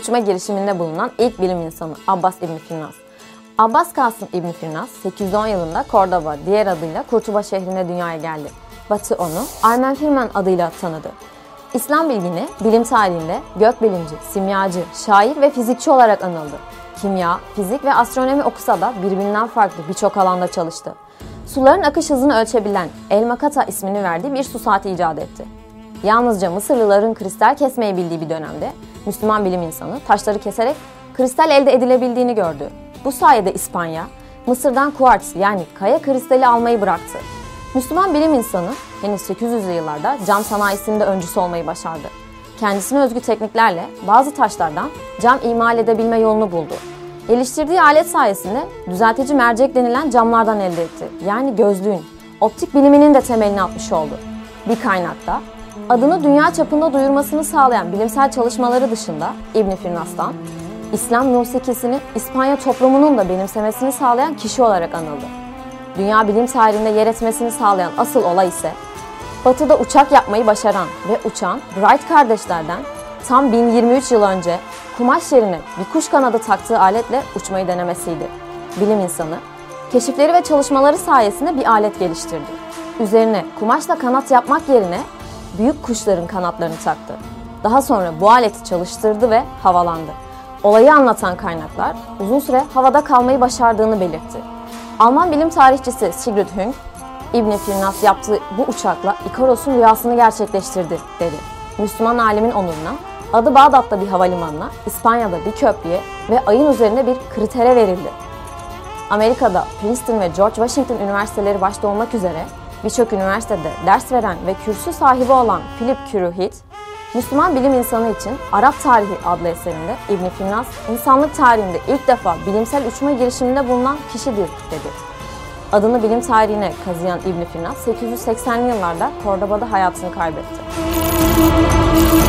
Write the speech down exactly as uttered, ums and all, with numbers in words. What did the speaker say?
uçma girişiminde bulunan ilk bilim insanı Abbas İbni Firnas. Abbas Kasım İbni Firnas, sekiz yüz on yılında Kordoba, diğer adıyla Kurtuba şehrine dünyaya geldi. Batı onu Armen Firman adıyla tanıdı. İslam bilgini bilim tarihinde gökbilimci, simyacı, şair ve fizikçi olarak anıldı. Kimya, fizik ve astronomi okusa da birbirinden farklı birçok alanda çalıştı. Suların akış hızını ölçebilen El Makata ismini verdiği bir su saati icat etti. Yalnızca Mısırlıların kristal kesmeyi bildiği bir dönemde Müslüman bilim insanı taşları keserek kristal elde edilebildiğini gördü. Bu sayede İspanya, Mısır'dan kuartz yani kaya kristali almayı bıraktı. Müslüman bilim insanı henüz sekiz yüzlü yıllarda cam sanayisinde öncüsü olmayı başardı. Kendisine özgü tekniklerle bazı taşlardan cam imal edebilme yolunu buldu. Geliştirdiği alet sayesinde düzeltici mercek denilen camlardan elde etti. Yani gözlüğün, optik biliminin de temelini atmış oldu. Bir kaynakta adını dünya çapında duyurmasını sağlayan bilimsel çalışmaları dışında İbn Firnas'tan İslam musikisini İspanya toplumunun da benimsemesini sağlayan kişi olarak anıldı. Dünya bilim tarihinde yer etmesini sağlayan asıl olay ise Batı'da uçak yapmayı başaran ve uçan Wright kardeşlerden tam bin yirmi üç yıl önce kumaş yerine bir kuş kanadı taktığı aletle uçmayı denemesiydi. Bilim insanı, keşifleri ve çalışmaları sayesinde bir alet geliştirdi. Üzerine kumaşla kanat yapmak yerine büyük kuşların kanatlarını taktı. Daha sonra bu aleti çalıştırdı ve havalandı. Olayı anlatan kaynaklar uzun süre havada kalmayı başardığını belirtti. Alman bilim tarihçisi Sigrid Hünk, İbn Firnas yaptığı bu uçakla Ikaros'un rüyasını gerçekleştirdi dedi. Müslüman alimin onuruna adı Bağdat'ta bir havalimanına, İspanya'da bir köprüye ve ayın üzerinde bir kritere verildi. Amerika'da Princeton ve George Washington üniversiteleri başta olmak üzere birçok üniversitede ders veren ve kürsü sahibi olan Philip Currie, Müslüman bilim insanı için Arap Tarihi adlı eserinde İbn Firnas, insanlık tarihinde ilk defa bilimsel uçma girişiminde bulunan kişidir dedi. Adını bilim tarihine kazıyan İbn Firnas, sekiz yüz seksenli yıllarda Kordoba'da hayatını kaybetti.